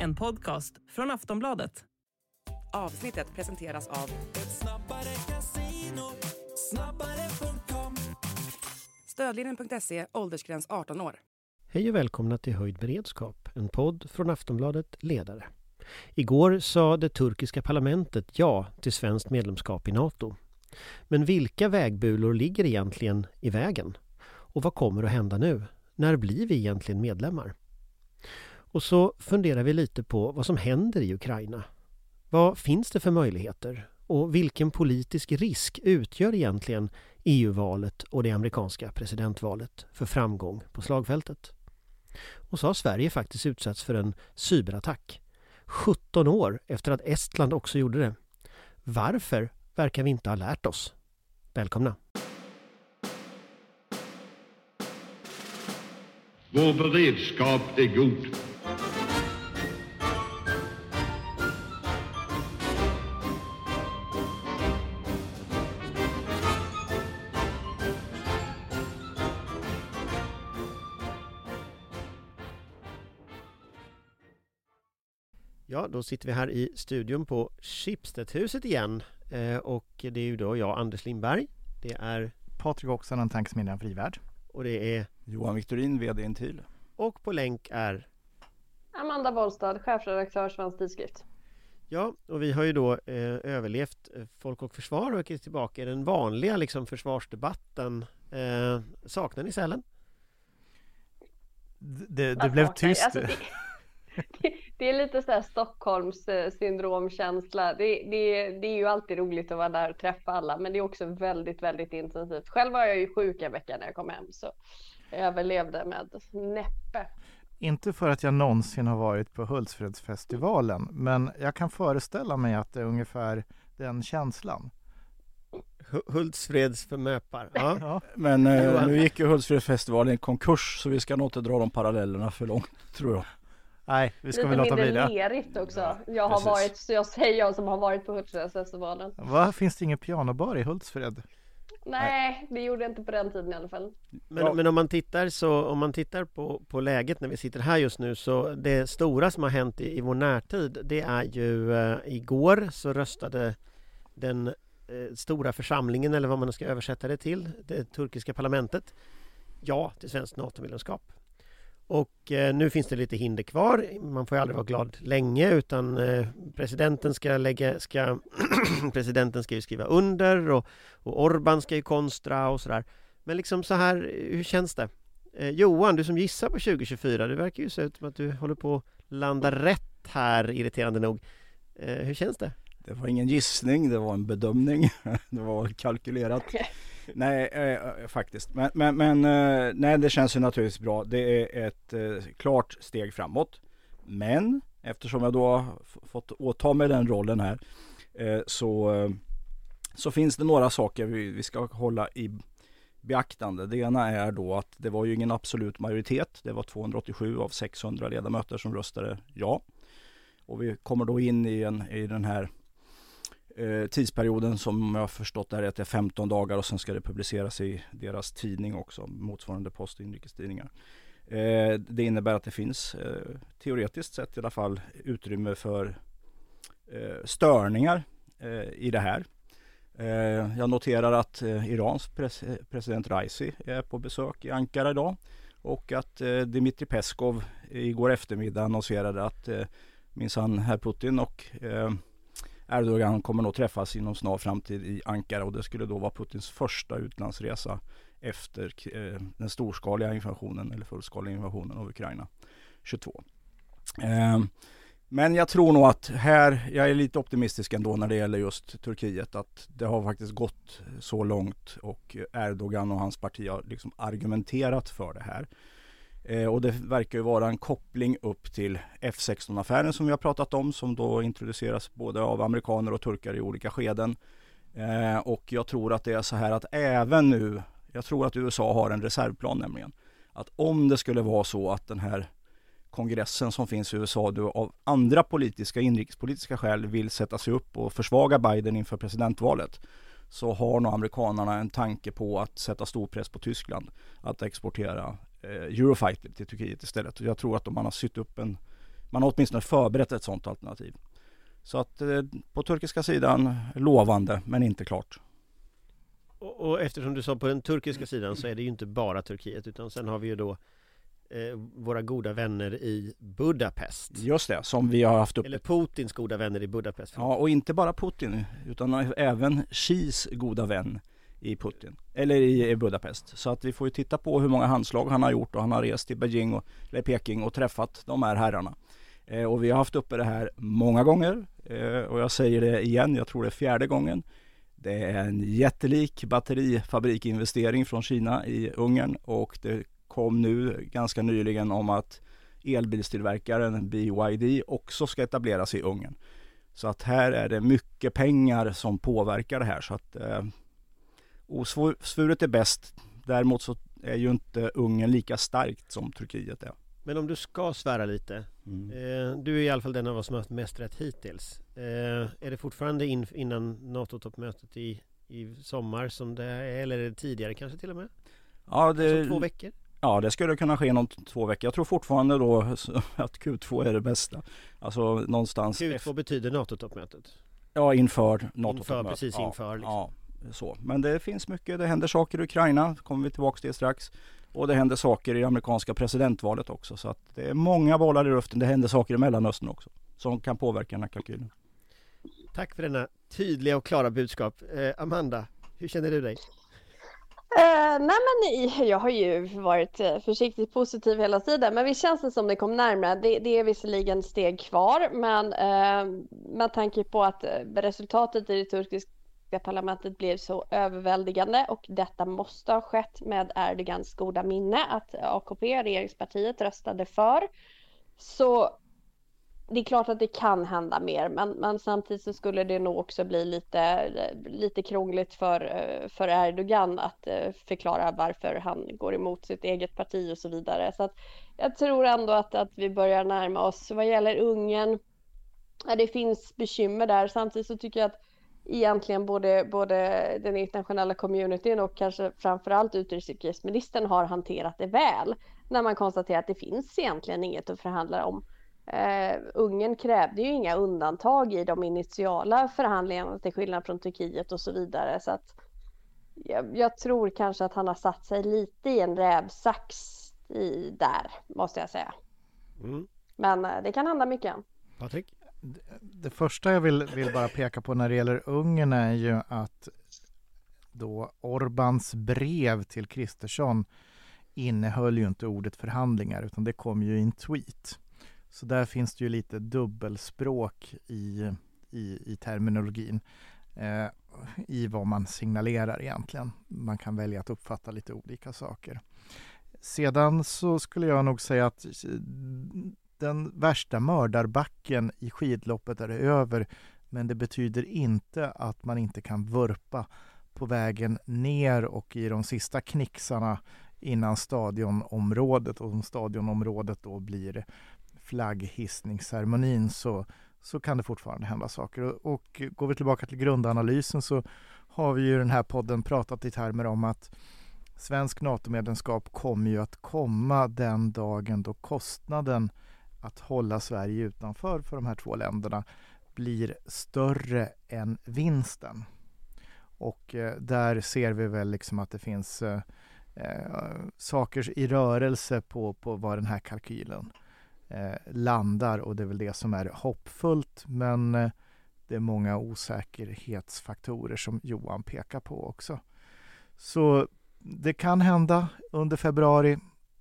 en podcast från Aftonbladet. Avsnittet presenteras av Ett snabbare casino, snabbare.com. Stödlinjen.se, åldersgräns 18 år. Hej och välkomna till Höjd beredskap, en podd från Aftonbladet Ledare. Igår sa det turkiska parlamentet ja till svenskt medlemskap i NATO. Men vilka vägbulor ligger egentligen i vägen? Och vad kommer att hända nu? När blir vi egentligen medlemmar? Och så funderar vi lite på vad som händer i Ukraina. Vad finns det för möjligheter? Och vilken politisk risk utgör egentligen EU-valet och det amerikanska presidentvalet för framgång på slagfältet? Och så har Sverige faktiskt utsatts för en cyberattack. 17 år efter att Estland också gjorde det. Varför verkar vi inte ha lärt oss? Välkomna! Vår beredskap är god. Ja, då sitter vi här i studion på Schibsted-huset igen. Och det är ju då jag, Anders Lindberg. Det är Patrik Oxen, Tankesmedjan Frivärd. Och det är Johan Victorin, vd Intil. Och på länk är Amanda Bollstad, chefredaktör Svensk Tidskrift. Ja, och vi har ju då överlevt Folk och Försvar och är tillbaka i den vanliga liksom, försvarsdebatten. Saknar ni Sälen? Det blev tyst. Alltså, det är lite så här Stockholms syndromkänsla. Det är ju alltid roligt att vara där och träffa alla, men det är också väldigt, väldigt intensivt. Själv var jag ju sjuk en vecka när jag kom hem, så jag överlevde med näppe. Inte för att jag någonsin har varit på Hultsfredsfestivalen, men jag kan föreställa mig att det är ungefär den känslan. Hultsfreds för möpar. Ja. Ja. Men nu gick ju Hultsfredsfestivalen i konkurs, så vi ska nog inte dra de parallellerna för långt, tror jag. Nej, vi ska lite väl låta bli mindre det. lerigt också. Ja, jag har precis. varit, så jag säger jag som har varit på Hultsfredsfestivalen. Vad finns det ingen pianobar i Hultsfred? Nej, det gjorde jag inte på den tiden i alla fall. Men om man tittar på läget när vi sitter här just nu, så det stora som har hänt i vår närtid, det är ju igår så röstade den stora församlingen, eller vad man ska översätta det till, det turkiska parlamentet, ja till svenskt NATO-medlemskap. Och nu finns det lite hinder kvar. Man får ju aldrig vara glad länge, utan presidenten ska ju skriva under och Orbán ska ju konstra och sådär. Men liksom så här, hur känns det? Johan, du som gissar på 2024, det verkar ju se ut som att du håller på att landa rätt här, irriterande nog. Hur känns det? Det var ingen gissning, det var en bedömning. Det var kalkylerat. Nej, faktiskt. Men nej, det känns ju naturligtvis bra. Det är ett klart steg framåt. Men eftersom jag då har fått åta mig den rollen här, så finns det några saker vi ska hålla i beaktande. Det ena är då att det var ju ingen absolut majoritet. Det var 287 av 600 ledamöter som röstade ja. Och vi kommer då in i den här tidsperioden som jag har förstått är 15 dagar, och sen ska det publiceras i deras tidning också, motsvarande post- och inrikestidningar. Det innebär att det finns teoretiskt sett i alla fall utrymme för störningar i det här. Jag noterar att Irans president Raisi är på besök i Ankara idag, och att Dmitri Peskov igår eftermiddag annonserade att minsann herr Putin och Erdogan kommer nog träffas inom snar framtid i Ankara, och det skulle då vara Putins första utlandsresa efter den storskaliga invasionen eller fullskaliga invasionen av Ukraina 22. Men jag tror nog att jag är lite optimistisk ändå när det gäller just Turkiet, att det har faktiskt gått så långt och Erdogan och hans parti har liksom argumenterat för det här. Och det verkar ju vara en koppling upp till F16-affären som vi har pratat om, som då introduceras både av amerikaner och turkar i olika skeden. Och jag tror att det är så här att även nu, jag tror att USA har en reservplan, nämligen att om det skulle vara så att den här kongressen som finns i USA då av andra inrikespolitiska skäl vill sätta sig upp och försvaga Biden inför presidentvalet, så har nog amerikanerna en tanke på att sätta stor press på Tyskland att exportera Eurofighter till Turkiet istället. Och jag tror att om man har sytt upp en man har åtminstone förberett ett sådant alternativ. Så att på turkiska sidan lovande, men inte klart. Och eftersom du sa på den turkiska sidan så är det ju inte bara Turkiet, utan sen har vi ju då våra goda vänner i Budapest. Just det, som vi har haft upp. Eller Putins goda vänner i Budapest. Ja, och inte bara Putin, utan även Xis goda vän i Putin, eller i Budapest. Så att vi får ju titta på hur många handslag han har gjort, och han har rest till Peking och träffat de här herrarna. Och vi har haft uppe det här många gånger, och jag säger det igen, jag tror det är 4:e gången. Det är en jättelik batterifabrikinvestering från Kina i Ungern, och det kom nu ganska nyligen om att elbilstillverkaren BYD också ska etableras i Ungern. Så att här är det mycket pengar som påverkar det här, så att osvuret är bäst. Däremot så är ju inte Ungern lika starkt som Turkiet är. Men om du ska svära lite, du är i alla fall den av oss som har haft mest rätt hittills. Är det fortfarande innan NATO-toppmötet i sommar som det är, eller är det tidigare kanske till och med? Ja, det, 2 veckor? Ja, det skulle kunna ske om 2 veckor. Jag tror fortfarande då att Q2 är det bästa. Alltså någonstans... Q2 betyder NATO-toppmötet? Ja, inför NATO-toppmötet. Precis inför. Liksom. Ja, så. Men det finns mycket, det händer saker i Ukraina, kommer vi tillbaka till strax. Och det händer saker i amerikanska presidentvalet också. Så att det är många bollar i luften. Det händer saker i Mellanöstern också som kan påverka den här kalkylen. Tack för denna tydliga och klara budskap. Amanda, hur känner du dig? Jag har ju varit försiktigt positiv hela tiden, men vi känns det som det kom närmare. Det är visserligen steg kvar, men med tanke på att resultatet i det turkiska parlamentet blev så överväldigande, och detta måste ha skett med Erdogans goda minne, att AKP, regeringspartiet, röstade för. Så det är klart att det kan hända mer, men samtidigt så skulle det nog också bli lite krångligt för Erdogan att förklara varför han går emot sitt eget parti och så vidare. Så att jag tror ändå att vi börjar närma oss. Vad gäller Ungern, det finns bekymmer där. Samtidigt så tycker jag att egentligen både den internationella communityn och kanske framförallt utrikesministern har hanterat det väl, när man konstaterar att det finns egentligen inget att förhandla om. Ungern krävde ju inga undantag i de initiala förhandlingarna till skillnad från Turkiet och så vidare, så att jag tror kanske att han har satt sig lite i en rävsax där, måste jag säga. Men det kan hända mycket. Patrik? Det första jag vill bara peka på när det gäller Ungern är ju att då Orbáns brev till Kristersson innehöll ju inte ordet förhandlingar, utan det kom ju i en tweet. Så där finns det ju lite dubbelspråk i terminologin, i vad man signalerar egentligen. Man kan välja att uppfatta lite olika saker. Sedan så skulle jag nog säga att den värsta mördarbacken i skidloppet är över, men det betyder inte att man inte kan vurpa på vägen ner och i de sista knixarna innan stadionområdet, och om stadionområdet då blir flagghissningsceremonin, så kan det fortfarande hända saker. Och går vi tillbaka till grundanalysen, så har vi ju i den här podden pratat i termer om att svensk NATO-medlemskap kommer ju att komma den dagen då kostnaden att hålla Sverige utanför för de här 2 länderna blir större än vinsten. Och där ser vi väl liksom att det finns saker i rörelse på vad den här kalkylen landar, och det är väl det som är hoppfullt, men det är många osäkerhetsfaktorer som Johan pekar på också. Så det kan hända under februari,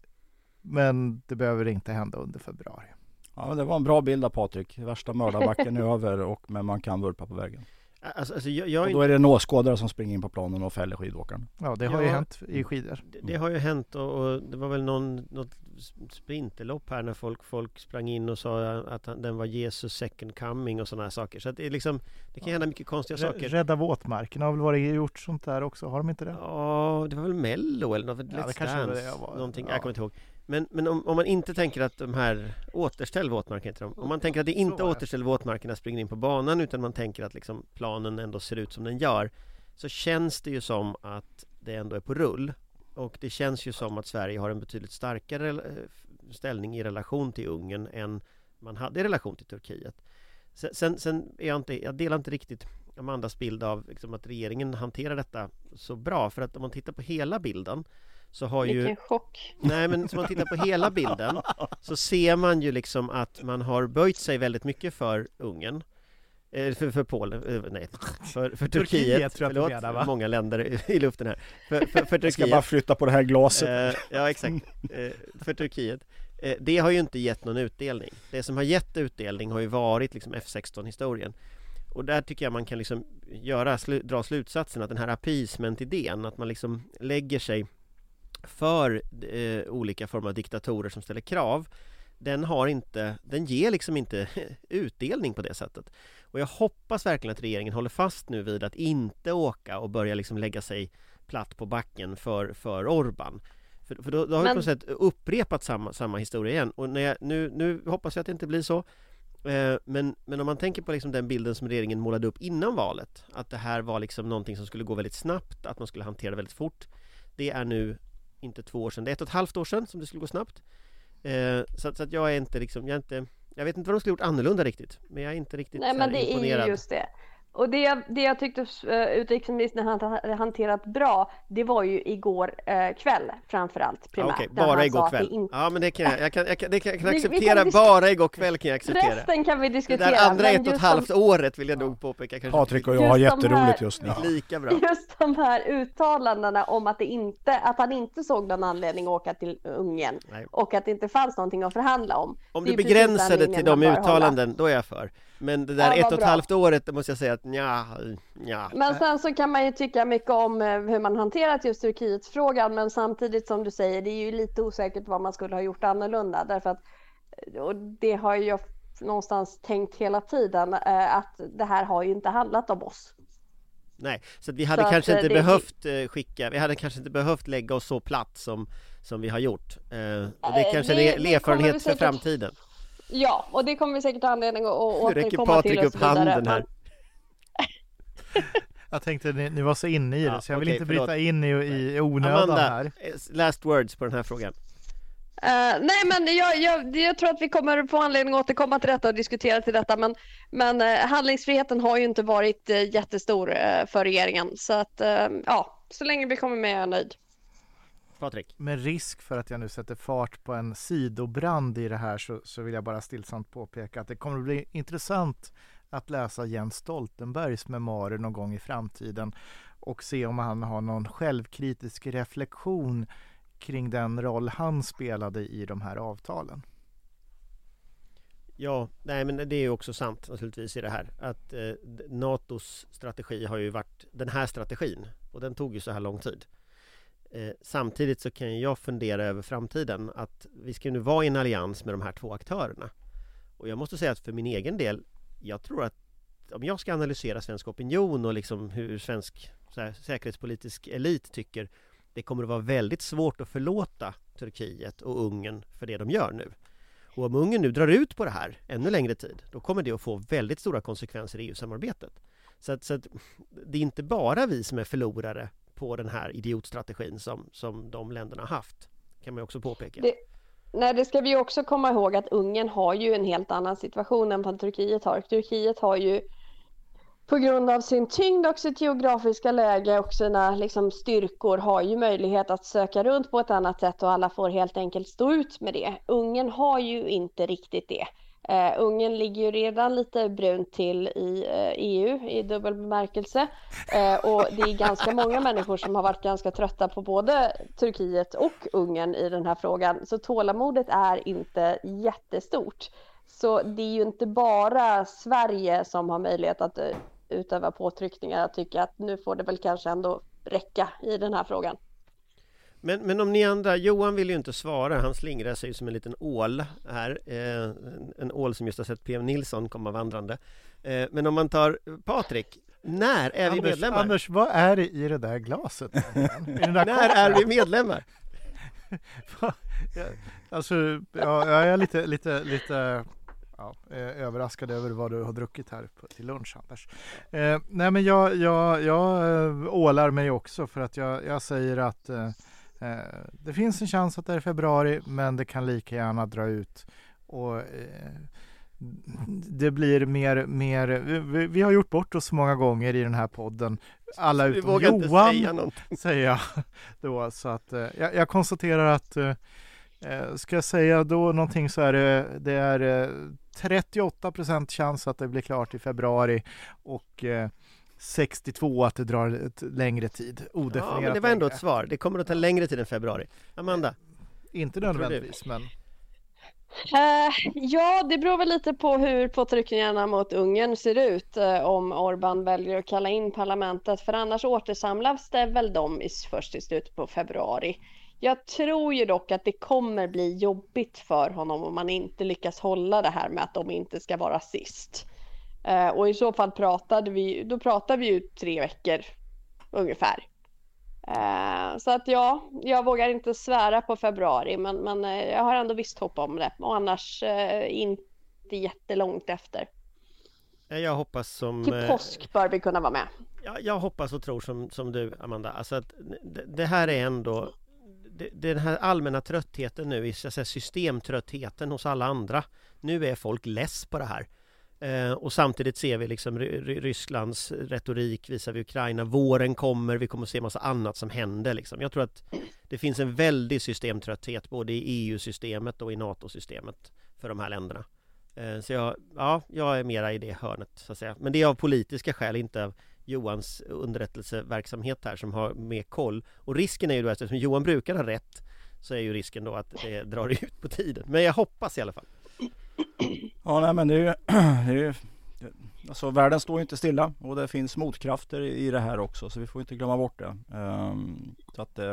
men det behöver inte hända under februari. Ja, det var en bra bild av Patrik. Värsta mördarbacken är över, men man kan vurpa på vägen. Alltså, och då är det en åskådare som springer in på planen och fäller skidåkaren. Ja, det har ju hänt i skidor. Det har ju hänt, och det var väl något sprinterlopp här när folk sprang in och sa att den var Jesus second coming och sådana här saker. Så att det är liksom, det kan hända mycket konstiga saker. Rädda våtmarken har väl varit gjort sånt där också, har de inte det? Ja, det var väl Mello eller något. Ja, det kanske var det någonting, jag kommer inte ihåg. Men om man inte tänker att de här återställ våtmarken heter de. Om man tänker att det inte återställ våtmarkerna springer in på banan, utan man tänker att liksom planen ändå ser ut som den gör, så känns det ju som att det ändå är på rull. Och det känns ju som att Sverige har en betydligt starkare ställning i relation till Ungern än man hade i relation till Turkiet. Sen är jag delar inte riktigt Amandas bild av liksom, att regeringen hanterar detta så bra. För att om man tittar på hela bilden så har ju... Vilken chock. Nej, men om man tittar på hela bilden så ser man ju liksom att man har böjt sig väldigt mycket för Ungern. För Polen, nej, för Turkiet, förlåt, många länder i luften här. För Turkiet. Jag ska bara flytta på det här glaset. Ja, exakt. För Turkiet. Det har ju inte gett någon utdelning. Det som har gett utdelning har ju varit liksom F16-historien. Och där tycker jag man kan liksom dra slutsatsen att den här appeasement-idén, att man liksom lägger sig för olika former av diktatorer som ställer krav, den ger liksom inte utdelning på det sättet. Och jag hoppas verkligen att regeringen håller fast nu vid att inte åka och börja liksom lägga sig platt på backen för Orban. För då har vi på något sätt upprepat samma historia igen. Och nu hoppas jag att det inte blir så. Men om man tänker på liksom den bilden som regeringen målade upp innan valet, att det här var liksom någonting som skulle gå väldigt snabbt, att man skulle hantera väldigt fort. Det är nu inte 2 år sedan, det är 1,5 år sedan som det skulle gå snabbt. Så att jag är inte liksom, jag vet inte vad de skulle gjort annorlunda riktigt, men jag är inte riktigt imponerad. Nej, men det är just det. Och det jag tyckte utrikesministern hade hanterat bra, det var ju igår kväll framförallt primärt. Okej, bara igår kväll. Ja, men det kan jag kan acceptera. Bara igår kväll kan jag acceptera. Resten kan vi diskutera. Det där andra 1,5 året vill jag nog påpeka. Patrik och jag har jätteroligt just nu. Lika bra. Just de här uttalandena om att han inte såg någon anledning att åka till Ungern. Nej. Och att det inte fanns någonting att förhandla om. Om du begränsade till de uttalanden, då är jag för. Men det där 1,5 året, det måste jag säga att nja. Men sen så kan man ju tycka mycket om hur man hanterat just Turkiets frågan, men samtidigt som du säger, det är ju lite osäkert vad man skulle ha gjort annorlunda, därför att, och det har jag någonstans tänkt hela tiden, att det här har ju inte handlat om oss. Nej, så att vi hade kanske inte behövt vi hade kanske inte behövt lägga oss så platt som vi har gjort. Och det kanske är erfarenhet för framtiden. Ja, och det kommer vi säkert ha anledning att återkomma till. Nu räcker Patrik upp handen här. Jag tänkte ni var så inne i det, så jag vill inte bryta in i onödan. Amanda, här. Last words på den här frågan. Nej, men jag tror att vi kommer få anledning att återkomma till detta och diskutera till detta, men handlingsfriheten har ju inte varit jättestor för regeringen, så att så länge vi kommer med är jag nöjd. Patrik. Med risk för att jag nu sätter fart på en sidobrand i det här, så vill jag bara stillsamt påpeka att det kommer att bli intressant att läsa Jens Stoltenbergs memoarer någon gång i framtiden och se om han har någon självkritisk reflektion kring den roll han spelade i de här avtalen. Ja, nej, men det är ju också sant naturligtvis i det här att NATOs strategi har ju varit den här strategin, och den tog ju så här lång tid. Samtidigt så kan jag fundera över framtiden, att vi ska nu vara i en allians med de här 2 aktörerna. Och jag måste säga att för min egen del, jag tror att om jag ska analysera svensk opinion och liksom hur svensk säkerhetspolitisk elit tycker, det kommer att vara väldigt svårt att förlåta Turkiet och Ungern för det de gör nu. Och om Ungern nu drar ut på det här ännu längre tid, då kommer det att få väldigt stora konsekvenser i EU-samarbetet. Så att det är inte bara vi som är förlorare på den här idiotstrategin som de länderna har haft, kan man också påpeka. Det ska vi också komma ihåg, att Ungern har ju en helt annan situation än vad Turkiet har. Turkiet har ju på grund av sin tyngd och sitt geografiska läge och sina liksom styrkor har ju möjlighet att söka runt på ett annat sätt, och alla får helt enkelt stå ut med det. Ungern har ju inte riktigt det. Ungern ligger ju redan lite brunt till i EU i dubbel bemärkelse, och det är ganska många människor som har varit ganska trötta på både Turkiet och Ungern i den här frågan, så tålamodet är inte jättestort. Så det är ju inte bara Sverige som har möjlighet att utöva påtryckningar, att tycka att nu får det väl kanske ändå räcka i den här frågan. Men om ni andra, Johan vill ju inte svara, han slingrar sig som en liten ål här, en ål som just har sett PM Nilsson komma vandrande. Men om man tar Patrik, när är vi medlemmar? Anders, vad är det i det där glaset? När är vi medlemmar? Alltså, jag är lite överraskad över vad du har druckit här till lunch, Anders. Nej, men jag ålar mig också, för att jag säger att det finns en chans att det är februari, men det kan lika gärna dra ut. Och det blir mer vi har gjort bort oss många gånger i den här podden. Alla Vi utom vågar inte Johan, säga någonting. säger jag då. Så att jag konstaterar att ska jag säga då någonting så är det är 38% chans att det blir klart i februari och 62 att det drar ett längre tid. Odefinierat. Ja, men det var ändå ett svar. Det kommer att ta längre tid än februari. Amanda? Inte nödvändigtvis, men... Ja, det beror väl lite på hur påtryckningarna mot Ungern ser ut om Orbán väljer att kalla in parlamentet. För annars återsamlas det väl de först i slutet på februari. Jag tror ju dock att det kommer bli jobbigt för honom om man inte lyckas hålla det här med att de inte ska vara sist. Och i så fall pratar vi ju 3 veckor ungefär. Så att jag vågar inte svära på februari, men jag har ändå visst hopp om det. Och annars inte jättelångt efter. Jag hoppas som... Till påsk bör vi kunna vara med. Jag hoppas och tror som du, Amanda. Alltså att det här är ändå... Den här allmänna tröttheten nu, så att säga, systemtröttheten hos alla andra. Nu är folk less på det här. Och samtidigt ser vi liksom Rysslands retorik visar vi Ukraina. Våren kommer, vi kommer att se massa annat som händer. Liksom. Jag tror att det finns en väldig systemtrötthet både i EU-systemet och i NATO-systemet för de här länderna. Så jag är mera i det hörnet så att säga. Men det är av politiska skäl, inte av Johans underrättelseverksamhet här som har med koll. Och risken är ju då, eftersom Johan brukar ha rätt, så är ju risken då att det drar ut på tiden. Men jag hoppas i alla fall. Ja, nej, men det är ju alltså världen står ju inte stilla och det finns motkrafter i det här också, så vi får inte glömma bort det. Så att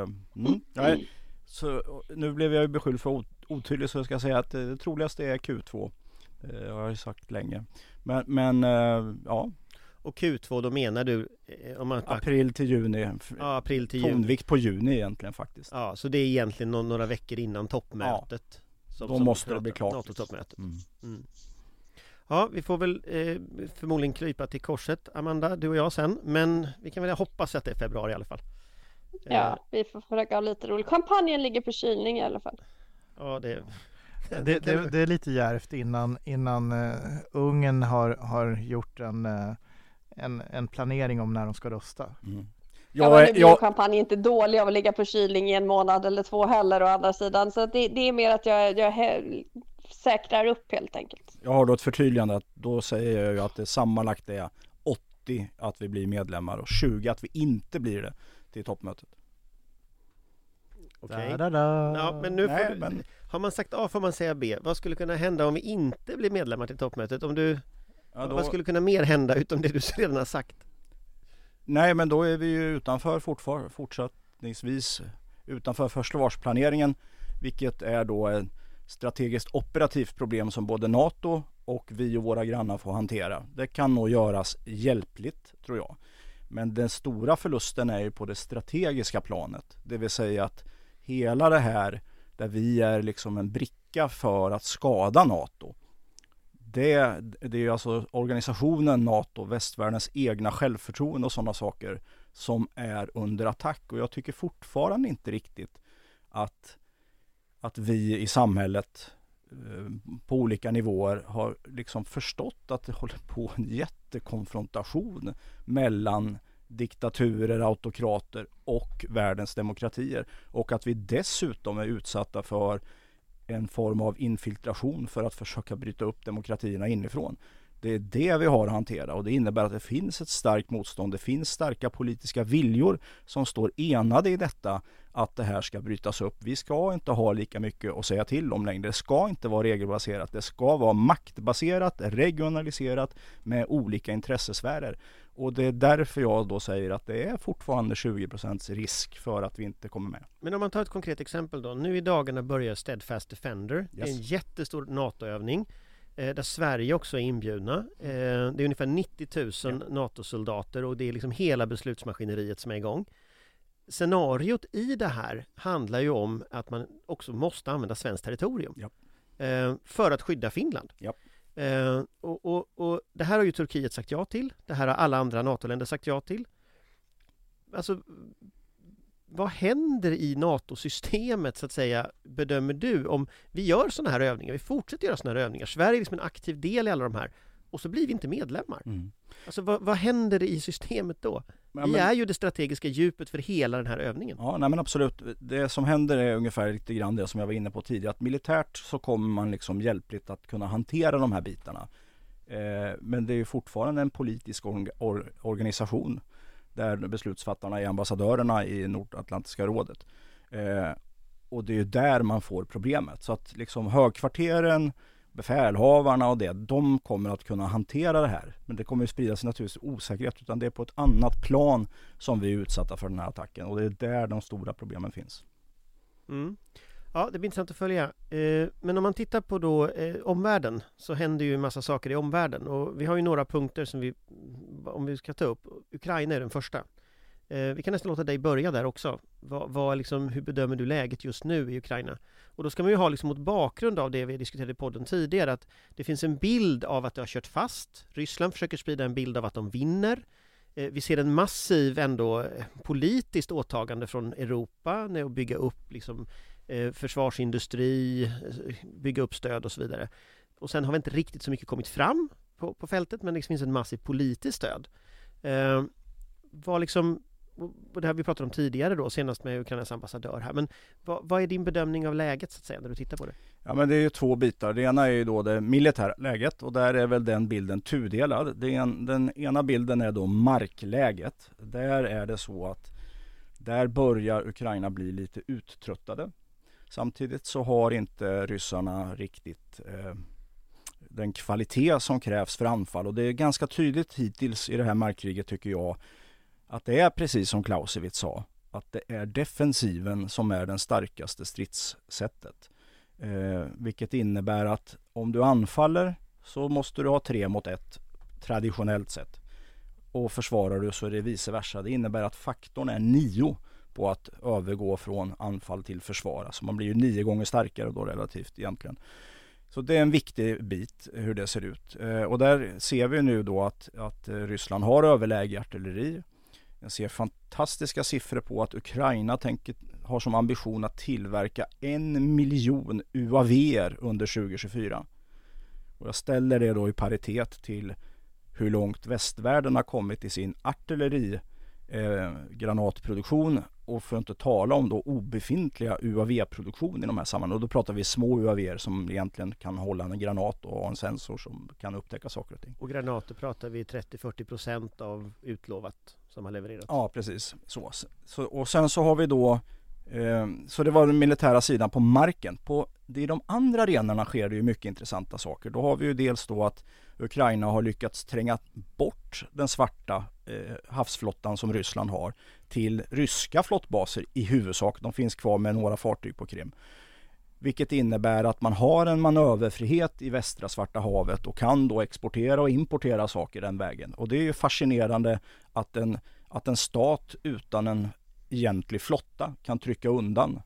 så nu blev jag ju beskylld för otydlig, så jag ska säga att det troligaste är Q2. Jag har ju sagt länge. Men ja. Och Q2, då menar du om man april till juni. Ja, april till juni. Tonvikt på juni egentligen faktiskt. Ja, så det är egentligen några veckor innan toppmötet. Ja, då måste det bli klart. NATO-toppmötet. Ja, vi får väl förmodligen krypa till korset, Amanda, du och jag sen. Men vi kan väl hoppas att det är februari i alla fall. Ja, vi får försöka ha lite roligt. Champagnen ligger på kylning i alla fall. Ja, det är lite djärvt innan Ungern har gjort en planering om när de ska rösta. Champagne är inte dålig av att ligga på kylning i 1 månad eller 2 heller å andra sidan. Så det är mer att jag säkrar upp helt enkelt. Jag har då ett förtydligande, att då säger jag ju att det sammanlagt är 80 att vi blir medlemmar och 20 att vi inte blir det till toppmötet. Okej. Ja, men nu har man sagt A får man säga B. Vad skulle kunna hända om vi inte blir medlemmar till toppmötet? Vad skulle kunna mer hända utom det du redan har sagt? Nej, men då är vi ju utanför fortsättningsvis utanför försvarsplaneringen, vilket är då ett strategiskt operativt problem som både NATO och vi och våra grannar får hantera. Det kan nog göras hjälpligt, tror jag. Men den stora förlusten är ju på det strategiska planet. Det vill säga att hela det här där vi är liksom en bricka för att skada NATO. Det är ju alltså organisationen NATO, västvärldens egna självförtroende och sådana saker som är under attack. Och jag tycker fortfarande inte riktigt att vi i samhället på olika nivåer har liksom förstått att det håller på en jättekonfrontation mellan diktaturer, autokrater och världens demokratier. Och att vi dessutom är utsatta för en form av infiltration för att försöka bryta upp demokratierna inifrån. Det är det vi har att hantera, och det innebär att det finns ett starkt motstånd. Det finns starka politiska viljor som står enade i detta, att det här ska brytas upp. Vi ska inte ha lika mycket att säga till om längre. Det ska inte vara regelbaserat. Det ska vara maktbaserat, regionaliserat med olika intressesfärer. Och det är därför jag då säger att det är fortfarande 20% risk för att vi inte kommer med. Men om man tar ett konkret exempel då. Nu i dagarna börjar Steadfast Defender. Yes. Det är en jättestor NATO-övning. Där Sverige också är inbjudna. Det är ungefär 90 000 NATO-soldater och det är liksom hela beslutsmaskineriet som är igång. Scenariot i det här handlar ju om att man också måste använda svenskt territorium för att skydda Finland. Och det här har ju Turkiet sagt ja till. Det här har alla andra NATO-länder sagt ja till. Alltså, vad händer i NATO-systemet så att säga, bedömer du, om vi gör sådana här övningar, vi fortsätter göra sådana här övningar, Sverige är liksom en aktiv del i alla de här, och så blir vi inte medlemmar. Alltså vad händer i systemet då? Vi är ju det strategiska djupet för hela den här övningen. Ja, nej men absolut. Det som händer är ungefär lite grann det som jag var inne på tidigare, att militärt så kommer man liksom hjälpligt att kunna hantera de här bitarna. Men det är ju fortfarande en politisk organisation där beslutsfattarna är ambassadörerna i Nordatlantiska rådet. Och det är ju där man får problemet. Så att liksom högkvarteren, befälhavarna och de kommer att kunna hantera det här. Men det kommer att sprida sig naturligtvis osäkerhet, utan det är på ett annat plan som vi är utsatta för den här attacken. Och det är där de stora problemen finns. Ja, det blir intressant att följa. Men om man tittar på då omvärlden, så händer ju en massa saker i omvärlden. Och vi har ju några punkter som om vi ska ta upp. Ukraina är den första. Vi kan nästan låta dig börja där också. Hur bedömer du läget just nu i Ukraina? Och då ska man ju ha liksom mot bakgrund av det vi diskuterade i podden tidigare, att det finns en bild av att det har kört fast. Ryssland försöker sprida en bild av att de vinner. Vi ser en massiv ändå politiskt åtagande från Europa när att bygga upp liksom, försvarsindustri, bygga upp stöd och så vidare. Och sen har vi inte riktigt så mycket kommit fram på fältet, men det finns en massiv politisk stöd. Det här vi pratade om tidigare då, senast med Ukrainas ambassadör här. Men vad är din bedömning av läget så att säga när du tittar på det? Ja, men det är ju två bitar. Det ena är ju då det militära läget, och där är väl den bilden tudelad. Den ena bilden är då markläget. Där är det så att där börjar Ukraina bli lite uttröttade. Samtidigt så har inte ryssarna riktigt den kvalitet som krävs för anfall. Och det är ganska tydligt hittills i det här markkriget, tycker jag, att det är precis som Clausewitz sa, att det är defensiven som är den starkaste stridssättet. Vilket innebär att om du anfaller så måste du ha 3 mot 1 traditionellt sett. Och försvarar du så är det vice versa. Det innebär att faktorn är 9 på att övergå från anfall till försvar. Så man blir ju 9 gånger starkare då relativt egentligen. Så det är en viktig bit hur det ser ut. Och där ser vi nu då att Ryssland har överläge i artilleri. Jag ser fantastiska siffror på att Ukraina har som ambition att tillverka 1 miljon UAV:er under 2024. Och jag ställer det då i paritet till hur långt västvärlden har kommit i sin granatproduktion, och för att inte tala om då obefintliga UAV-produktion i de här sammanhangen. Och då pratar vi små UAV:er som egentligen kan hålla en granat och ha en sensor som kan upptäcka saker och ting. Och granater pratar vi 30-40% av utlovat som har levererats. Ja, precis. Så, och sen så har vi då så det var den militära sidan på marken. I de andra arenorna sker det ju mycket intressanta saker. Då har vi ju dels då att Ukraina har lyckats tränga bort den svarta havsflottan som Ryssland har till ryska flottbaser i huvudsak. De finns kvar med några fartyg på Krim. Vilket innebär att man har en manöverfrihet i västra Svarta havet och kan då exportera och importera saker den vägen. Och det är ju fascinerande att en stat utan en egentlig flotta kan trycka undan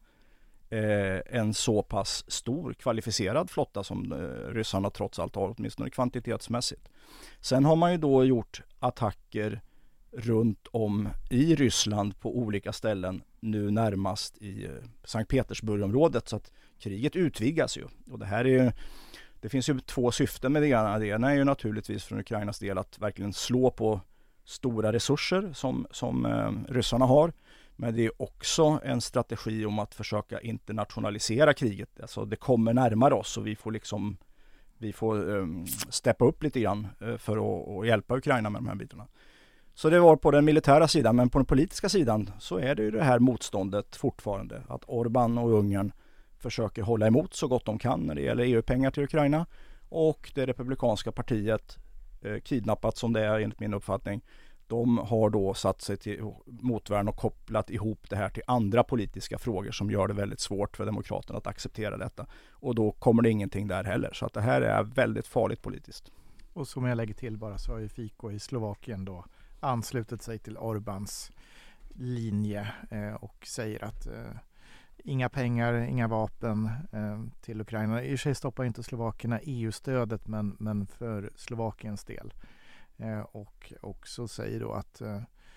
en så pass stor kvalificerad flotta som ryssarna trots allt har, åtminstone kvantitetsmässigt. Sen har man ju då gjort attacker runt om i Ryssland på olika ställen, nu närmast i Sankt Petersburgområdet, så att kriget utvidgas ju. Och det finns ju 2 syften med det. Det ena är ju naturligtvis från Ukrainas del att verkligen slå på stora resurser som ryssarna har. Men det är också en strategi om att försöka internationalisera kriget. Alltså det kommer närmare oss och vi får steppa upp lite grann för att hjälpa Ukraina med de här bitarna. Så det var på den militära sidan, men på den politiska sidan så är det ju det här motståndet fortfarande. Att Orbán och Ungern försöker hålla emot så gott de kan när det gäller EU-pengar till Ukraina. Och det republikanska partiet, kidnappat som det är enligt min uppfattning, de har då satt sig till motvärn och kopplat ihop det här till andra politiska frågor som gör det väldigt svårt för demokraterna att acceptera detta. Och då kommer det ingenting där heller. Så att det här är väldigt farligt politiskt. Och som jag lägger till bara så har ju Fico i Slovakien då anslutit sig till Orbáns linje och säger att inga pengar, inga vapen till Ukraina. I och för sig stoppar inte Slovakierna EU-stödet men för Slovakiens del. Och också säger då att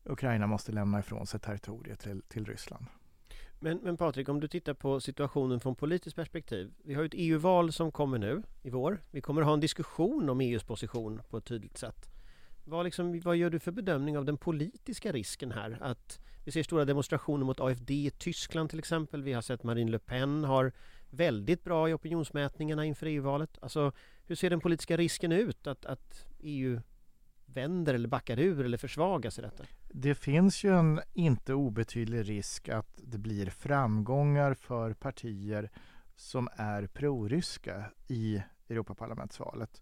Ukraina måste lämna ifrån sig territoriet till Ryssland. Men Patrik, om du tittar på situationen från politiskt perspektiv. Vi har ett EU-val som kommer nu i vår. Vi kommer ha en diskussion om EUs position på ett tydligt sätt. Vad gör du för bedömning av den politiska risken här? Att vi ser stora demonstrationer mot AfD i Tyskland till exempel. Vi har sett Marine Le Pen har väldigt bra i opinionsmätningarna inför EU-valet. Alltså, hur ser den politiska risken ut att EU vänder eller backar ur eller försvagas i detta? Det finns ju en inte obetydlig risk att det blir framgångar för partier som är proryska i Europaparlamentsvalet.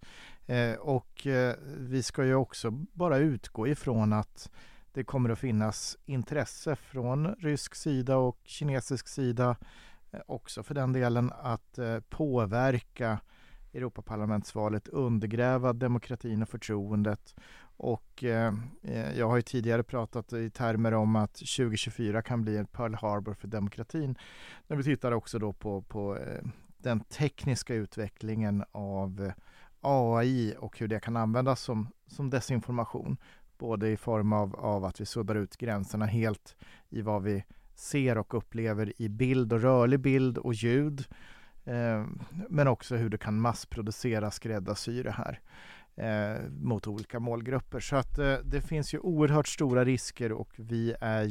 Vi ska ju också bara utgå ifrån att det kommer att finnas intresse från rysk sida och kinesisk sida också för den delen att påverka Europaparlamentsvalet, undergräva demokratin och förtroendet. Och jag har ju tidigare pratat i termer om att 2024 kan bli en Pearl Harbor för demokratin. När vi tittar också då på den tekniska utvecklingen av AI och hur det kan användas som desinformation. Både i form av att vi suddar ut gränserna helt i vad vi ser och upplever i bild och rörlig bild och ljud. Men också hur det kan massproducera skräddarsy det här mot olika målgrupper. Så att det finns ju oerhört stora risker och vi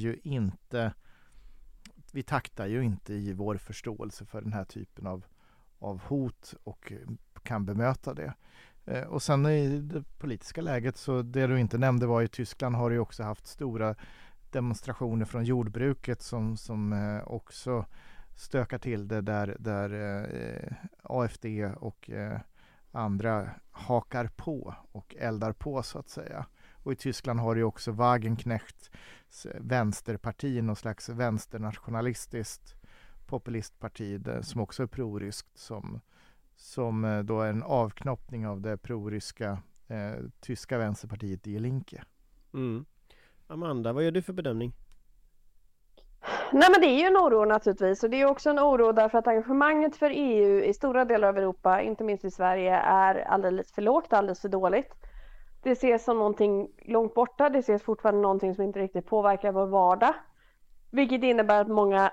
taktar ju inte i vår förståelse för den här typen av hot och kan bemöta det. Och sen i det politiska läget, så det du inte nämnde var i Tyskland har ju också haft stora demonstrationer från jordbruket som också stökar till det där AfD och andra hakar på och eldar på så att säga. Och i Tyskland har ju också Wagenknechts vänsterparti, någon slags vänsternationalistiskt populistparti som också är proryskt som då är en avknoppning av det proryska tyska vänsterpartiet Die Linke. Amanda, vad gör du för bedömning? Nej, men det är ju en oro naturligtvis, och det är också en oro därför att engagemanget för EU i stora delar av Europa, inte minst i Sverige, är alldeles för lågt, alldeles för dåligt. Det ses som någonting långt borta, det ses fortfarande någonting som inte riktigt påverkar vår vardag, vilket innebär att många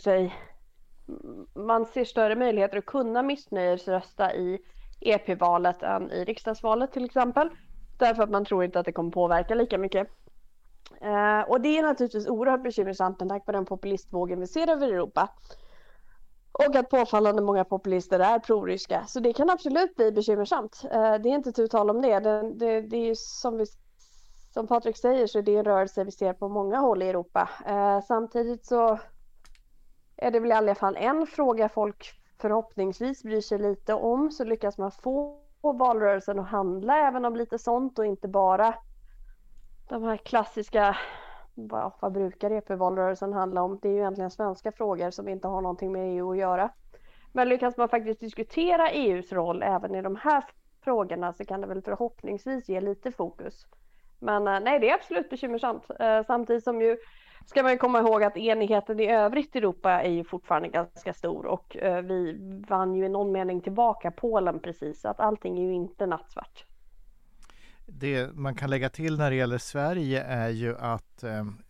man ser större möjligheter att kunna missnöjesrösta i EP-valet än i riksdagsvalet till exempel, därför att man tror inte att det kommer påverka lika mycket. Och det är naturligtvis oerhört bekymmersamt med tanke på den populistvågen vi ser över Europa. Och att påfallande många populister är proryska. Så det kan absolut bli bekymmersamt. Det är inte tu tal om det. Det är som Patrik säger, så det är en rörelse vi ser på många håll i Europa. Samtidigt så är det väl i alla fall en fråga folk förhoppningsvis bryr sig lite om. Så lyckas man få valrörelsen att handla även om lite sånt och inte bara de här klassiska, vad brukar EP-valrörelsen handla om? Det är ju egentligen svenska frågor som inte har någonting med EU att göra. Men lyckas man faktiskt diskutera EUs roll även i de här frågorna, så kan det väl förhoppningsvis ge lite fokus. Men nej, det är absolut bekymmersamt. Samtidigt som ju ska man komma ihåg att enigheten i övrigt i Europa är ju fortfarande ganska stor, och vi vann ju i någon mening tillbaka Polen precis, så att allting är ju inte nattsvart. Det man kan lägga till när det gäller Sverige är ju att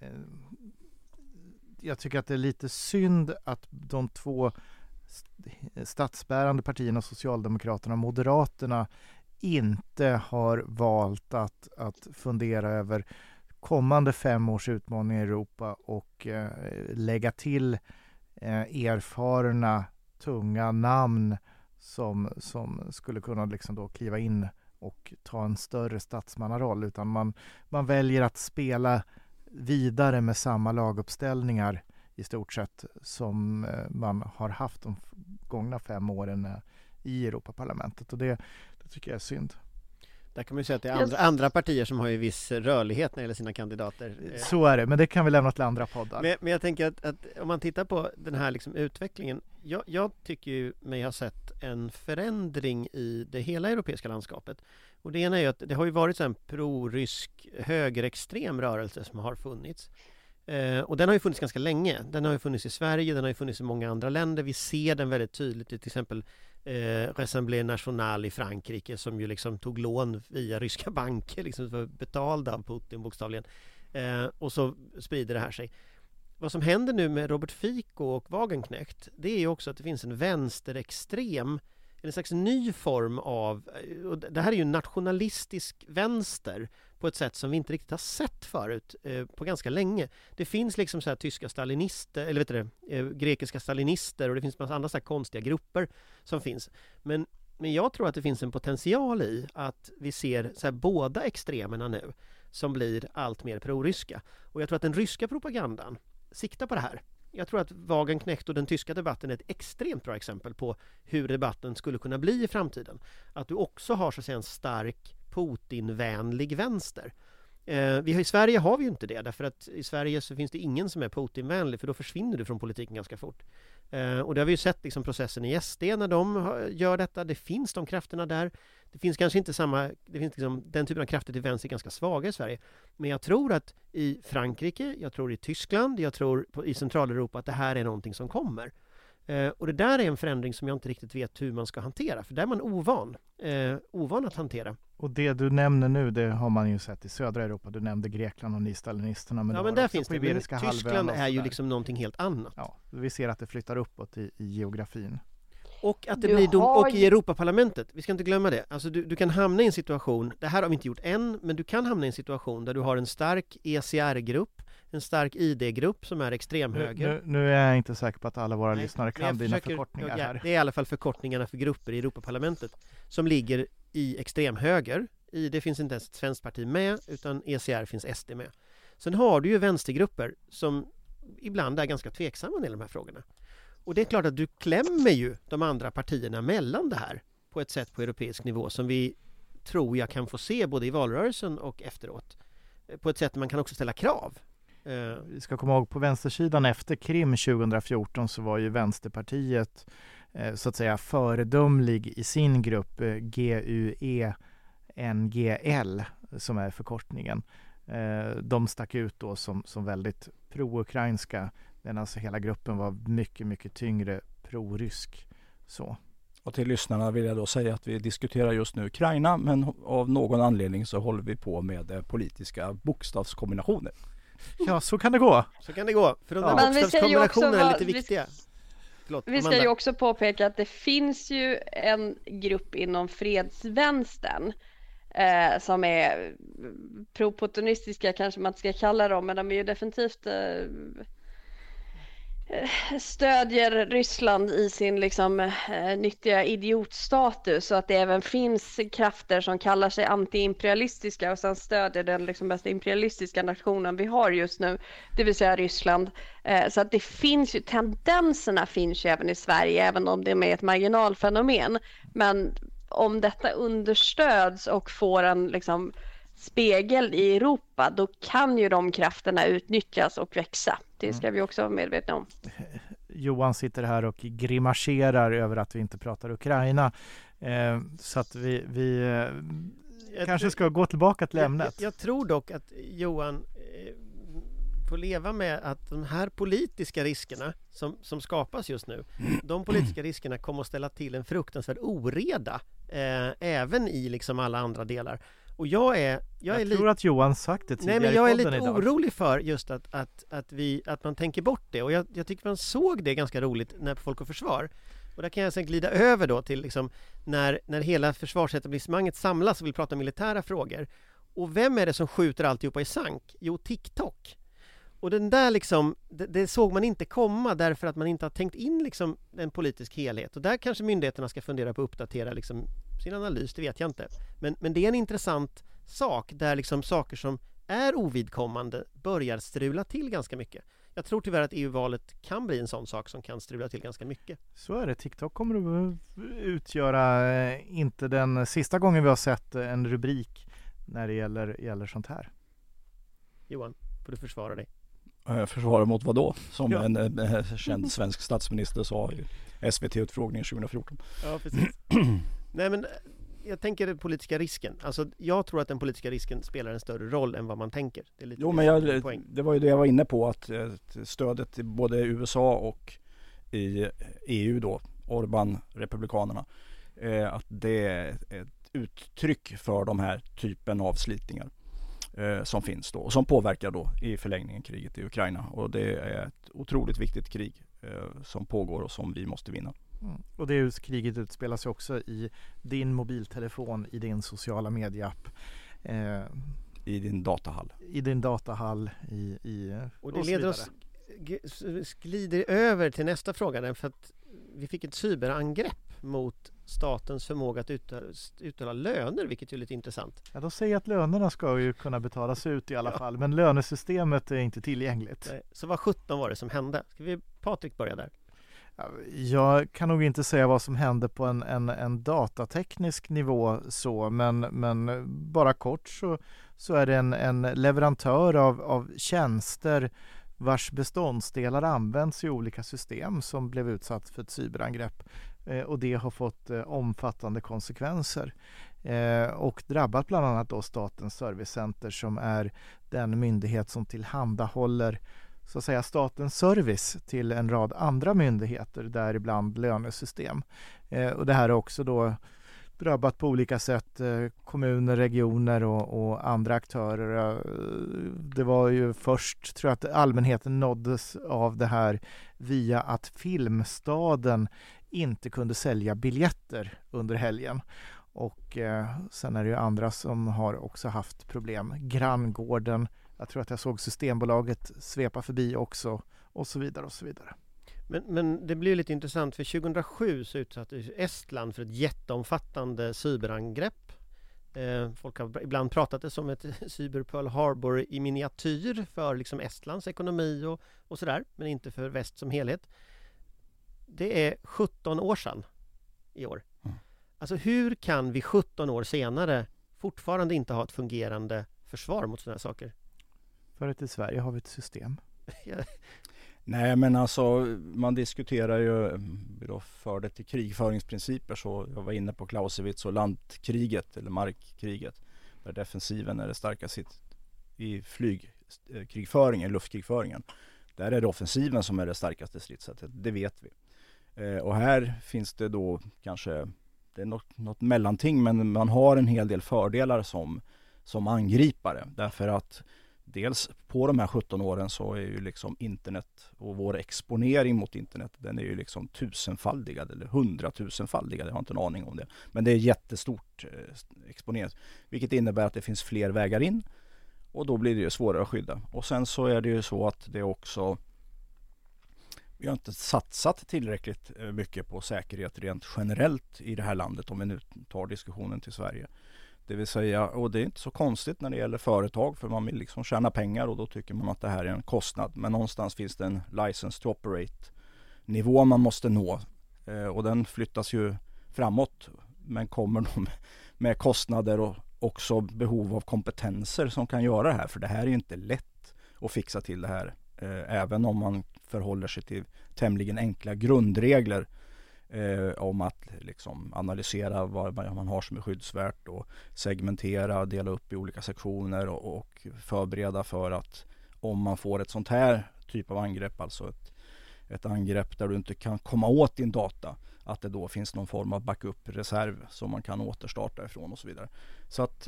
jag tycker att det är lite synd att de två statsbärande partierna, Socialdemokraterna och Moderaterna, inte har valt att fundera över kommande 5 års utmaning i Europa och lägga till erfarna, tunga namn som skulle kunna liksom då kliva in och ta en större statsmannaroll, utan man väljer att spela vidare med samma laguppställningar i stort sett som man har haft de gångna 5 åren i Europaparlamentet, och det tycker jag är synd. Där kan man ju säga att det är andra partier som har ju viss rörlighet när det gäller sina kandidater. Så är det, men det kan vi lämna till andra poddar. Men jag tänker att om man tittar på den här liksom utvecklingen, jag tycker ju mig ha sett en förändring i det hela europeiska landskapet. Och det ena är ju att det har ju varit en pro-rysk högerextrem rörelse som har funnits. Och den har ju funnits ganska länge. Den har ju funnits i Sverige, den har ju funnits i många andra länder. Vi ser den väldigt tydligt i till exempel Rassemblement National i Frankrike, som ju liksom tog lån via ryska banker, liksom var betalda av Putin bokstavligen. Och så sprider det här sig. Vad som händer nu med Robert Fico och Wagenknecht, det är ju också att det finns en vänsterextrem, en slags ny form av, och det här är ju nationalistisk vänster på ett sätt som vi inte riktigt har sett förut på ganska länge. Det finns liksom så här tyska stalinister, eller vet du det, grekiska stalinister, och det finns en massa andra så här konstiga grupper som finns. Men jag tror att det finns en potential i att vi ser så här båda extremerna nu som blir allt mer proryska. Och jag tror att den ryska propagandan siktar på det här. Jag tror att Wagenknecht och den tyska debatten är ett extremt bra exempel på hur debatten skulle kunna bli i framtiden. Att du också har så att säga en stark Putin-vänlig vänster. I Sverige har vi ju inte det, därför att i Sverige så finns det ingen som är Putin-vänlig, för då försvinner du från politiken ganska fort. Och det har vi ju sett liksom processen i SD när de gör detta. Det finns de krafterna där. Det finns kanske inte det finns liksom, den typen av krafter till vänster är ganska svaga i Sverige. Men jag tror att i Frankrike, jag tror i Tyskland, jag tror i Centraleuropa att det här är någonting som kommer. Och det där är en förändring som jag inte riktigt vet hur man ska hantera. För där är man ovan att hantera. Och det du nämner nu, det har man ju sett i södra Europa. Du nämnde Grekland och nystalinisterna. Men där finns det. Men Tyskland är ju liksom någonting helt annat. Ja, vi ser att det flyttar uppåt i geografin. Och att det blir och i Europaparlamentet, vi ska inte glömma det. Alltså du kan hamna i en situation, det här har vi inte gjort än, men du kan hamna i en situation där du har en stark ECR-grupp, en stark ID-grupp som är extremhöger. Nu är jag inte säker på att alla våra lyssnare kan dina förkortningar här. Det är i alla fall förkortningarna för grupper i Europaparlamentet som ligger i extremhöger. Det finns inte ens ett svenskt parti med, utan ECR finns SD med. Sen har du ju vänstergrupper som ibland är ganska tveksamma när det gäller de här frågorna. Och det är klart att du klämmer ju de andra partierna mellan det här på ett sätt på europeisk nivå som vi tror jag kan få se både i valrörelsen och efteråt. På ett sätt där man kan också ställa krav. Vi ska komma ihåg på vänstersidan efter Krim 2014 så var ju Vänsterpartiet så att säga föredömlig i sin grupp GUE-NGL som är förkortningen. De stack ut då som väldigt pro-ukrainska, medan hela gruppen var mycket, mycket tyngre pro-rysk. Så. Och till lyssnarna vill jag då säga att vi diskuterar just nu Ukraina, men av någon anledning så håller vi på med politiska bokstavskombinationer. Ja, så kan det gå. Så kan det gå, för de där bokstavskombinationerna är lite viktiga. Vi ska ju också påpeka att det finns ju en grupp inom fredsvänstern som är pro-putinistiska, kanske man inte ska kalla dem, men de är ju definitivt stödjer Ryssland i sin liksom nyttiga idiotstatus, så att det även finns krafter som kallar sig anti-imperialistiska och sen stödjer den liksom mest imperialistiska nationen vi har just nu, det vill säga Ryssland. Så att det finns ju, tendenserna finns ju även i Sverige, även om det är med ett marginalfenomen. Men om detta understöds och får en liksom spegel i Europa, då kan ju de krafterna utnyttjas och växa. Det ska vi också vara medvetna om. Johan sitter här och grimaserar över att vi inte pratar Ukraina. Så att vi kanske ska gå tillbaka till ämnet. Jag tror dock att Johan får leva med att de här politiska riskerna som skapas just nu, de politiska riskerna kommer att ställa till en fruktansvärd oreda även i liksom alla andra delar. Och jag tror att Johan sagt det tidigare. Nej, men jag är lite orolig för just att man tänker bort det. Och jag tycker man såg det ganska roligt när Folk och Försvar. Och där kan jag sen glida över då till liksom när hela försvarsetablissemanget samlas och vill prata militära frågor. Och vem är det som skjuter alltihopa i sank? Jo, TikTok. Och den där liksom, det såg man inte komma därför att man inte har tänkt in liksom en politisk helhet. Och där kanske myndigheterna ska fundera på att uppdatera liksom sin analys, det vet jag inte. Men det är en intressant sak där liksom saker som är ovidkommande börjar strula till ganska mycket. Jag tror tyvärr att EU-valet kan bli en sån sak som kan strula till ganska mycket. Så är det. TikTok kommer att utgöra inte den sista gången vi har sett en rubrik när det gäller sånt här. Johan, får du försvara dig? Försvara mot vad då? Som en känd svensk statsminister sa i SVT-utfrågningen 2014. Ja, precis. Nej, men jag tänker den politiska risken. Alltså, jag tror att den politiska risken spelar en större roll än vad man tänker. Det är lite det var ju det jag var inne på, att stödet i både USA och i EU då, Orban-republikanerna, att det är ett uttryck för de här typen av slitningar. som finns då och som påverkar då i förlängningen kriget i Ukraina. Och det är ett otroligt viktigt krig som pågår och som vi måste vinna. Och det kriget utspelar sig också i din mobiltelefon, i din sociala medieapp. I din datahall. I din datahall. Och det leder oss, glider över till nästa fråga, därför att vi fick ett cyberangrepp mot statens förmåga att uttala löner, vilket är lite intressant. Ja, de säger att lönerna ska ju kunna betalas ut i alla fall, men lönesystemet är inte tillgängligt. Nej. Så vad 17 var det som hände? Ska vi Patrik börja där? Jag kan nog inte säga vad som hände på en datateknisk nivå så, men bara kort så är det en leverantör av tjänster vars beståndsdelar används i olika system som blev utsatt för ett cyberangrepp, och det har fått omfattande konsekvenser och drabbat bland annat då Statens servicecenter, som är den myndighet som tillhandahåller så att säga statens service till en rad andra myndigheter, däribland lönesystem. Och det här är också då drabbat på olika sätt kommuner, regioner och andra aktörer. Det var ju först, tror jag, att allmänheten nåddes av det här via att Filmstaden inte kunde sälja biljetter under helgen. Och sen är det ju andra som har också haft problem. Granngården, jag tror att jag såg Systembolaget svepa förbi också, och så vidare och så vidare. Men det blir lite intressant, för 2007 så utsattes Estland för ett jätteomfattande cyberangrepp. Folk har ibland pratat det som ett cyber Pearl Harbor i miniatyr för liksom Estlands ekonomi och sådär, men inte för väst som helhet. Det är 17 år sedan i år. Alltså hur kan vi 17 år senare fortfarande inte ha ett fungerande försvar mot sådana här saker? För att i Sverige har vi ett system. Nej, men alltså man diskuterar ju då för det till krigföringsprinciper, så jag var inne på Clausewitz och landkriget eller markkriget, där defensiven är det starkaste i flygkrigföringen, luftkrigföringen. Där är det offensiven som är det starkaste stridssättet, det vet vi. Och här finns det då kanske, det är något mellanting, men man har en hel del fördelar som angripare, därför att dels på de här 17 åren så är ju liksom internet och vår exponering mot internet, den är ju liksom 1000-faldigad eller 100-000-faldigad, jag har inte en aning om det. Men det är jättestort exponerat, vilket innebär att det finns fler vägar in, och då blir det ju svårare att skydda. Och sen så är det ju så att det också, vi har inte satsat tillräckligt mycket på säkerhet rent generellt i det här landet, om vi nu tar diskussionen till Sverige. Det vill säga, och det är inte så konstigt när det gäller företag, för man vill liksom tjäna pengar och då tycker man att det här är en kostnad. Men någonstans finns det en license to operate nivå man måste nå, och den flyttas ju framåt, men kommer de med kostnader och också behov av kompetenser som kan göra det här, för det här är ju inte lätt att fixa till det här, även om man förhåller sig till tämligen enkla grundregler om att liksom analysera vad man har som är skyddsvärt och segmentera, dela upp i olika sektioner och förbereda för att om man får ett sånt här typ av angrepp, alltså ett angrepp där du inte kan komma åt din data, att det då finns någon form av backup-reserv som man kan återstarta ifrån och så vidare. Så att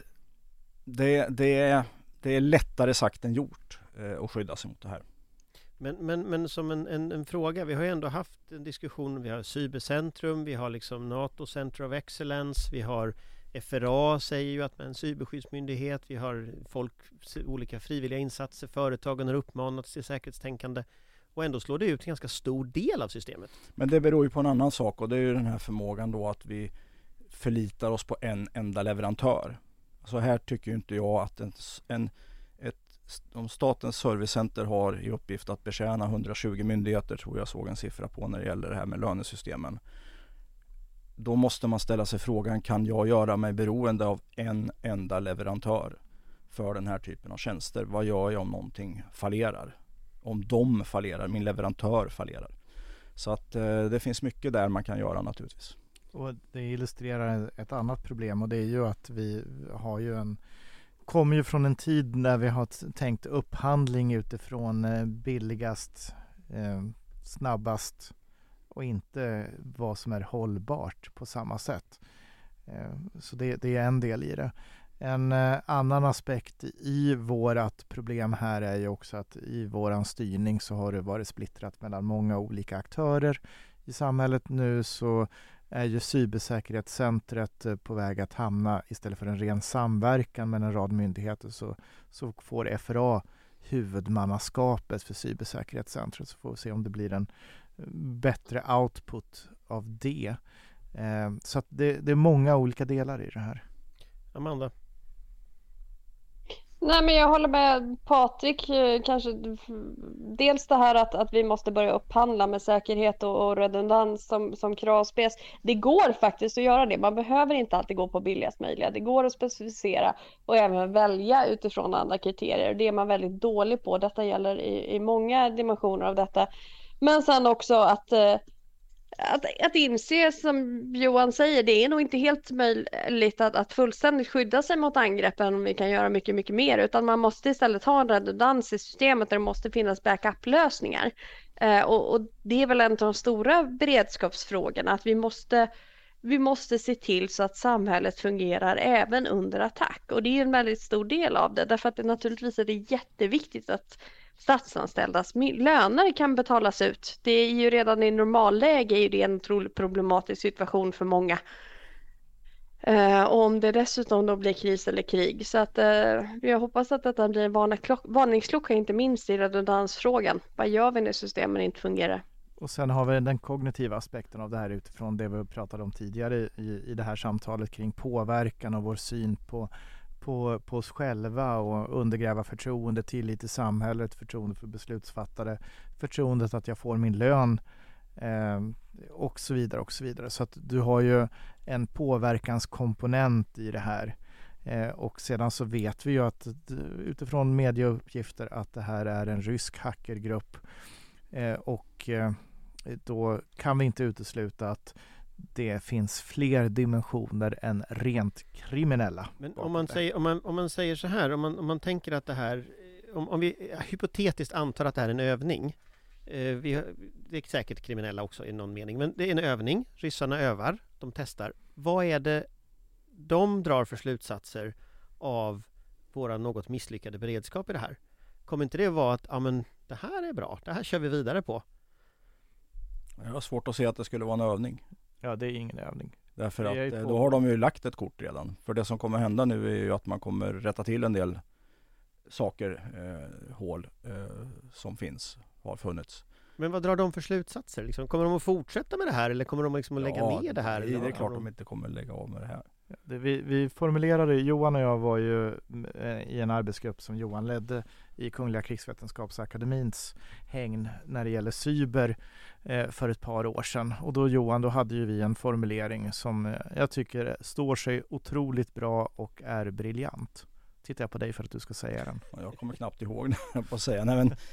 det är lättare sagt än gjort att skydda sig mot det här. Men som en fråga, vi har ju ändå haft en diskussion, vi har Cybercentrum, vi har liksom NATO Center of Excellence, vi har FRA säger ju att man är en cyberskyddsmyndighet, vi har olika frivilliga insatser, företagen har uppmanats till säkerhetstänkande, och ändå slår det ut en ganska stor del av systemet. Men det beror ju på en annan sak, och det är ju den här förmågan då att vi förlitar oss på en enda leverantör. Så här tycker ju inte jag att om Statens servicecenter har i uppgift att betjäna 120 myndigheter, tror jag såg en siffra på när det gäller det här med lönesystemen. Då måste man ställa sig frågan, kan jag göra mig beroende av en enda leverantör för den här typen av tjänster? Vad gör jag om någonting fallerar? Om de fallerar, min leverantör fallerar. Så att det finns mycket där man kan göra naturligtvis. Och det illustrerar ett annat problem, och det är ju att vi har ju kommer ju från en tid när vi har tänkt upphandling utifrån billigast, snabbast och inte vad som är hållbart på samma sätt. Så det är en del i det. En annan aspekt i vårat problem här är ju också att i våran styrning så har det varit splittrat mellan många olika aktörer i samhället. Nu så är ju cybersäkerhetscentret på väg att hamna, istället för en ren samverkan med en rad myndigheter, så får FRA huvudmannaskapet för cybersäkerhetscentret. Så får vi se om det blir en bättre output av det. Så att det är många olika delar i det här. Amanda? Nej, men jag håller med Patrik, kanske dels det här att vi måste börja upphandla med säkerhet och redundans som kravspec. Det går faktiskt att göra det. Man behöver inte alltid gå på billigast möjliga. Det går att specificera och även välja utifrån andra kriterier. Det är man väldigt dålig på. Detta gäller i många dimensioner av detta. Men sen också att inse, som Johan säger, det är nog inte helt möjligt att fullständigt skydda sig mot angreppen om vi kan göra mycket, mycket mer, utan man måste istället ha en redundans i systemet där det måste finnas backup-lösningar. Och det är väl en av de stora beredskapsfrågorna, att vi måste se till så att samhället fungerar även under attack. Och det är en väldigt stor del av det, därför att det naturligtvis är det jätteviktigt att statsanställdas löner kan betalas ut. Det är ju redan i normalläge är det en otroligt problematisk situation för många. Och om det dessutom då blir kris eller krig. Så att jag hoppas att detta blir en varningsklocka, inte minst i redundansfrågan. Vad gör vi när systemen inte fungerar? Och sen har vi den kognitiva aspekten av det här utifrån det vi pratade om tidigare i det här samtalet kring påverkan och vår syn på oss själva och undergräva förtroende, tillit till samhället, förtroende för beslutsfattare, förtroendet att jag får min lön och så vidare och så vidare. Så att du har ju en påverkanskomponent i det här. Och sedan så vet vi ju att utifrån medieuppgifter att det här är en rysk hackergrupp, och då kan vi inte utesluta att det finns fler dimensioner än rent kriminella. Men om man säger så här, om man tänker att det här, om vi hypotetiskt antar att det här är en övning, det är säkert kriminella också i någon mening, men det är en övning, ryssarna övar, de testar. Vad är det de drar för slutsatser av våra något misslyckade beredskap i det här? Kommer inte det vara att det här är bra, det här kör vi vidare på? Jag har svårt att se att det skulle vara en övning. Ja, det är ingen övning. Därför att då har de ju lagt ett kort redan. För det som kommer hända nu är ju att man kommer rätta till en del saker, hål som har funnits. Men vad drar de för slutsatser? Liksom, kommer de att fortsätta med det här eller kommer de liksom att lägga ner det här? Det är klart de inte kommer lägga av med det här. Vi formulerade, Johan och jag var ju i en arbetsgrupp som Johan ledde i Kungliga krigsvetenskapsakademins hägn när det gäller cyber för ett par år sedan. Och då hade ju vi en formulering som jag tycker står sig otroligt bra och är briljant. Tittar jag på dig för att du ska säga den. Jag kommer knappt ihåg när jag på att säga. Nej, men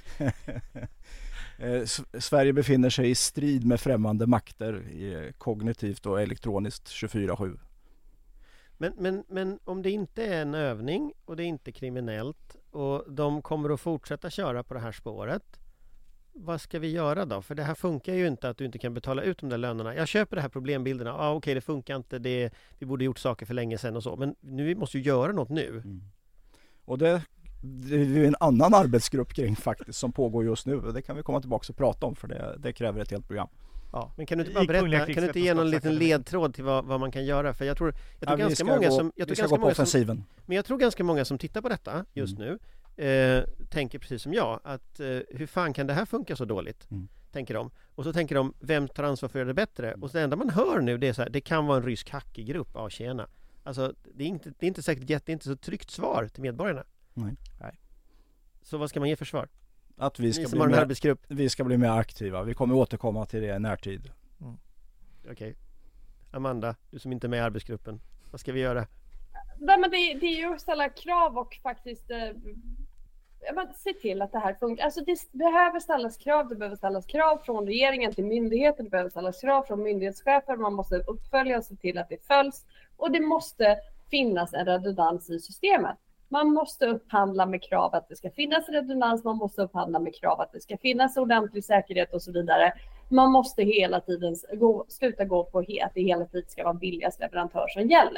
Sverige befinner sig i strid med främmande makter kognitivt och elektroniskt 24/7. Men om det inte är en övning och det är inte kriminellt och de kommer att fortsätta köra på det här spåret, vad ska vi göra då? För det här funkar ju inte att du inte kan betala ut de där lönerna. Jag köper det här problembilderna. Okej, det funkar inte. Vi borde gjort saker för länge sedan och så. Men nu måste vi göra något nu. Mm. Och det är en annan arbetsgrupp kring faktiskt som pågår just nu. Och det kan vi komma tillbaka och prata om för det kräver ett helt program. Ja, men kan du inte bara berätta, kan du inte ge någon liten ledtråd till vad man kan göra? För jag tror ganska många som... Vi ska gå på offensiven. Men jag tror ganska många som tittar på detta just nu tänker precis som jag att hur fan kan det här funka så dåligt? Tänker de. Och så tänker de, vem tar ansvar för att göra det bättre? Och det enda man hör nu det är så här, det kan vara en rysk hackergrupp av tjena. Alltså det är inte säkert det är inte så tryggt svar till medborgarna. Nej. Så vad ska man ge för svar? Att vi ska bli mer aktiva. Vi kommer återkomma till det i närtid. Okej. Amanda, du som inte är med i arbetsgruppen. Vad ska vi göra? Nej, men det är ju att ställa krav och faktiskt se till att det här funkar. Alltså det behöver ställas krav. Det behöver ställas krav från regeringen till myndigheter. Det behöver ställas krav från myndighetschefer. Man måste uppfölja och se till att det följs. Och det måste finnas en redundans i systemet. Man måste upphandla med krav att det ska finnas redundans. Man måste upphandla med krav att det ska finnas ordentlig säkerhet och så vidare. Man måste hela tiden sluta gå på att det hela tiden ska vara billigast leverantör som gäller.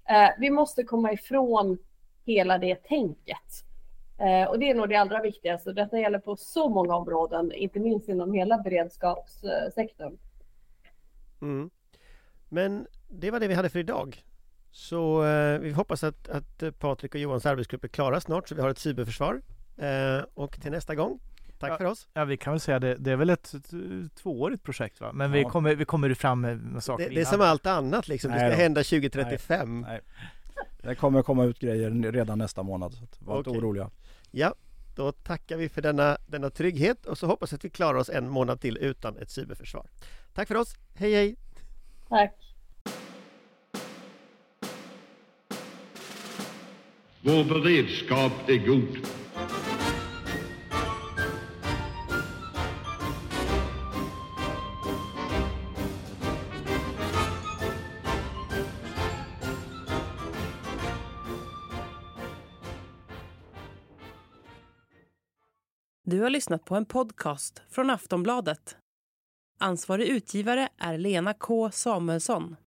Vi måste komma ifrån hela det tänket. Och det är nog det allra viktigaste. Detta gäller på så många områden, inte minst inom hela beredskapssektorn. Mm. Men det var det vi hade för idag. Så vi hoppas att Patrik och Johans arbetsgrupp är klara snart, så vi har ett cyberförsvar. Och till nästa gång, tack för oss. Ja, vi kan väl säga det är väl ett 2-årigt projekt, va? Men vi kommer fram med saker. Det är som allt annat liksom. Det ska hända 2035. Nej. Det kommer komma ut grejer redan nästa månad. Så var inte oroliga. Ja, då tackar vi för denna trygghet och så hoppas att vi klarar oss en månad till utan ett cyberförsvar. Tack för oss. Hej hej! Tack! Vår beredskap är god. Du har lyssnat på en podcast från Aftonbladet. Ansvarig utgivare är Lena K. Samuelsson.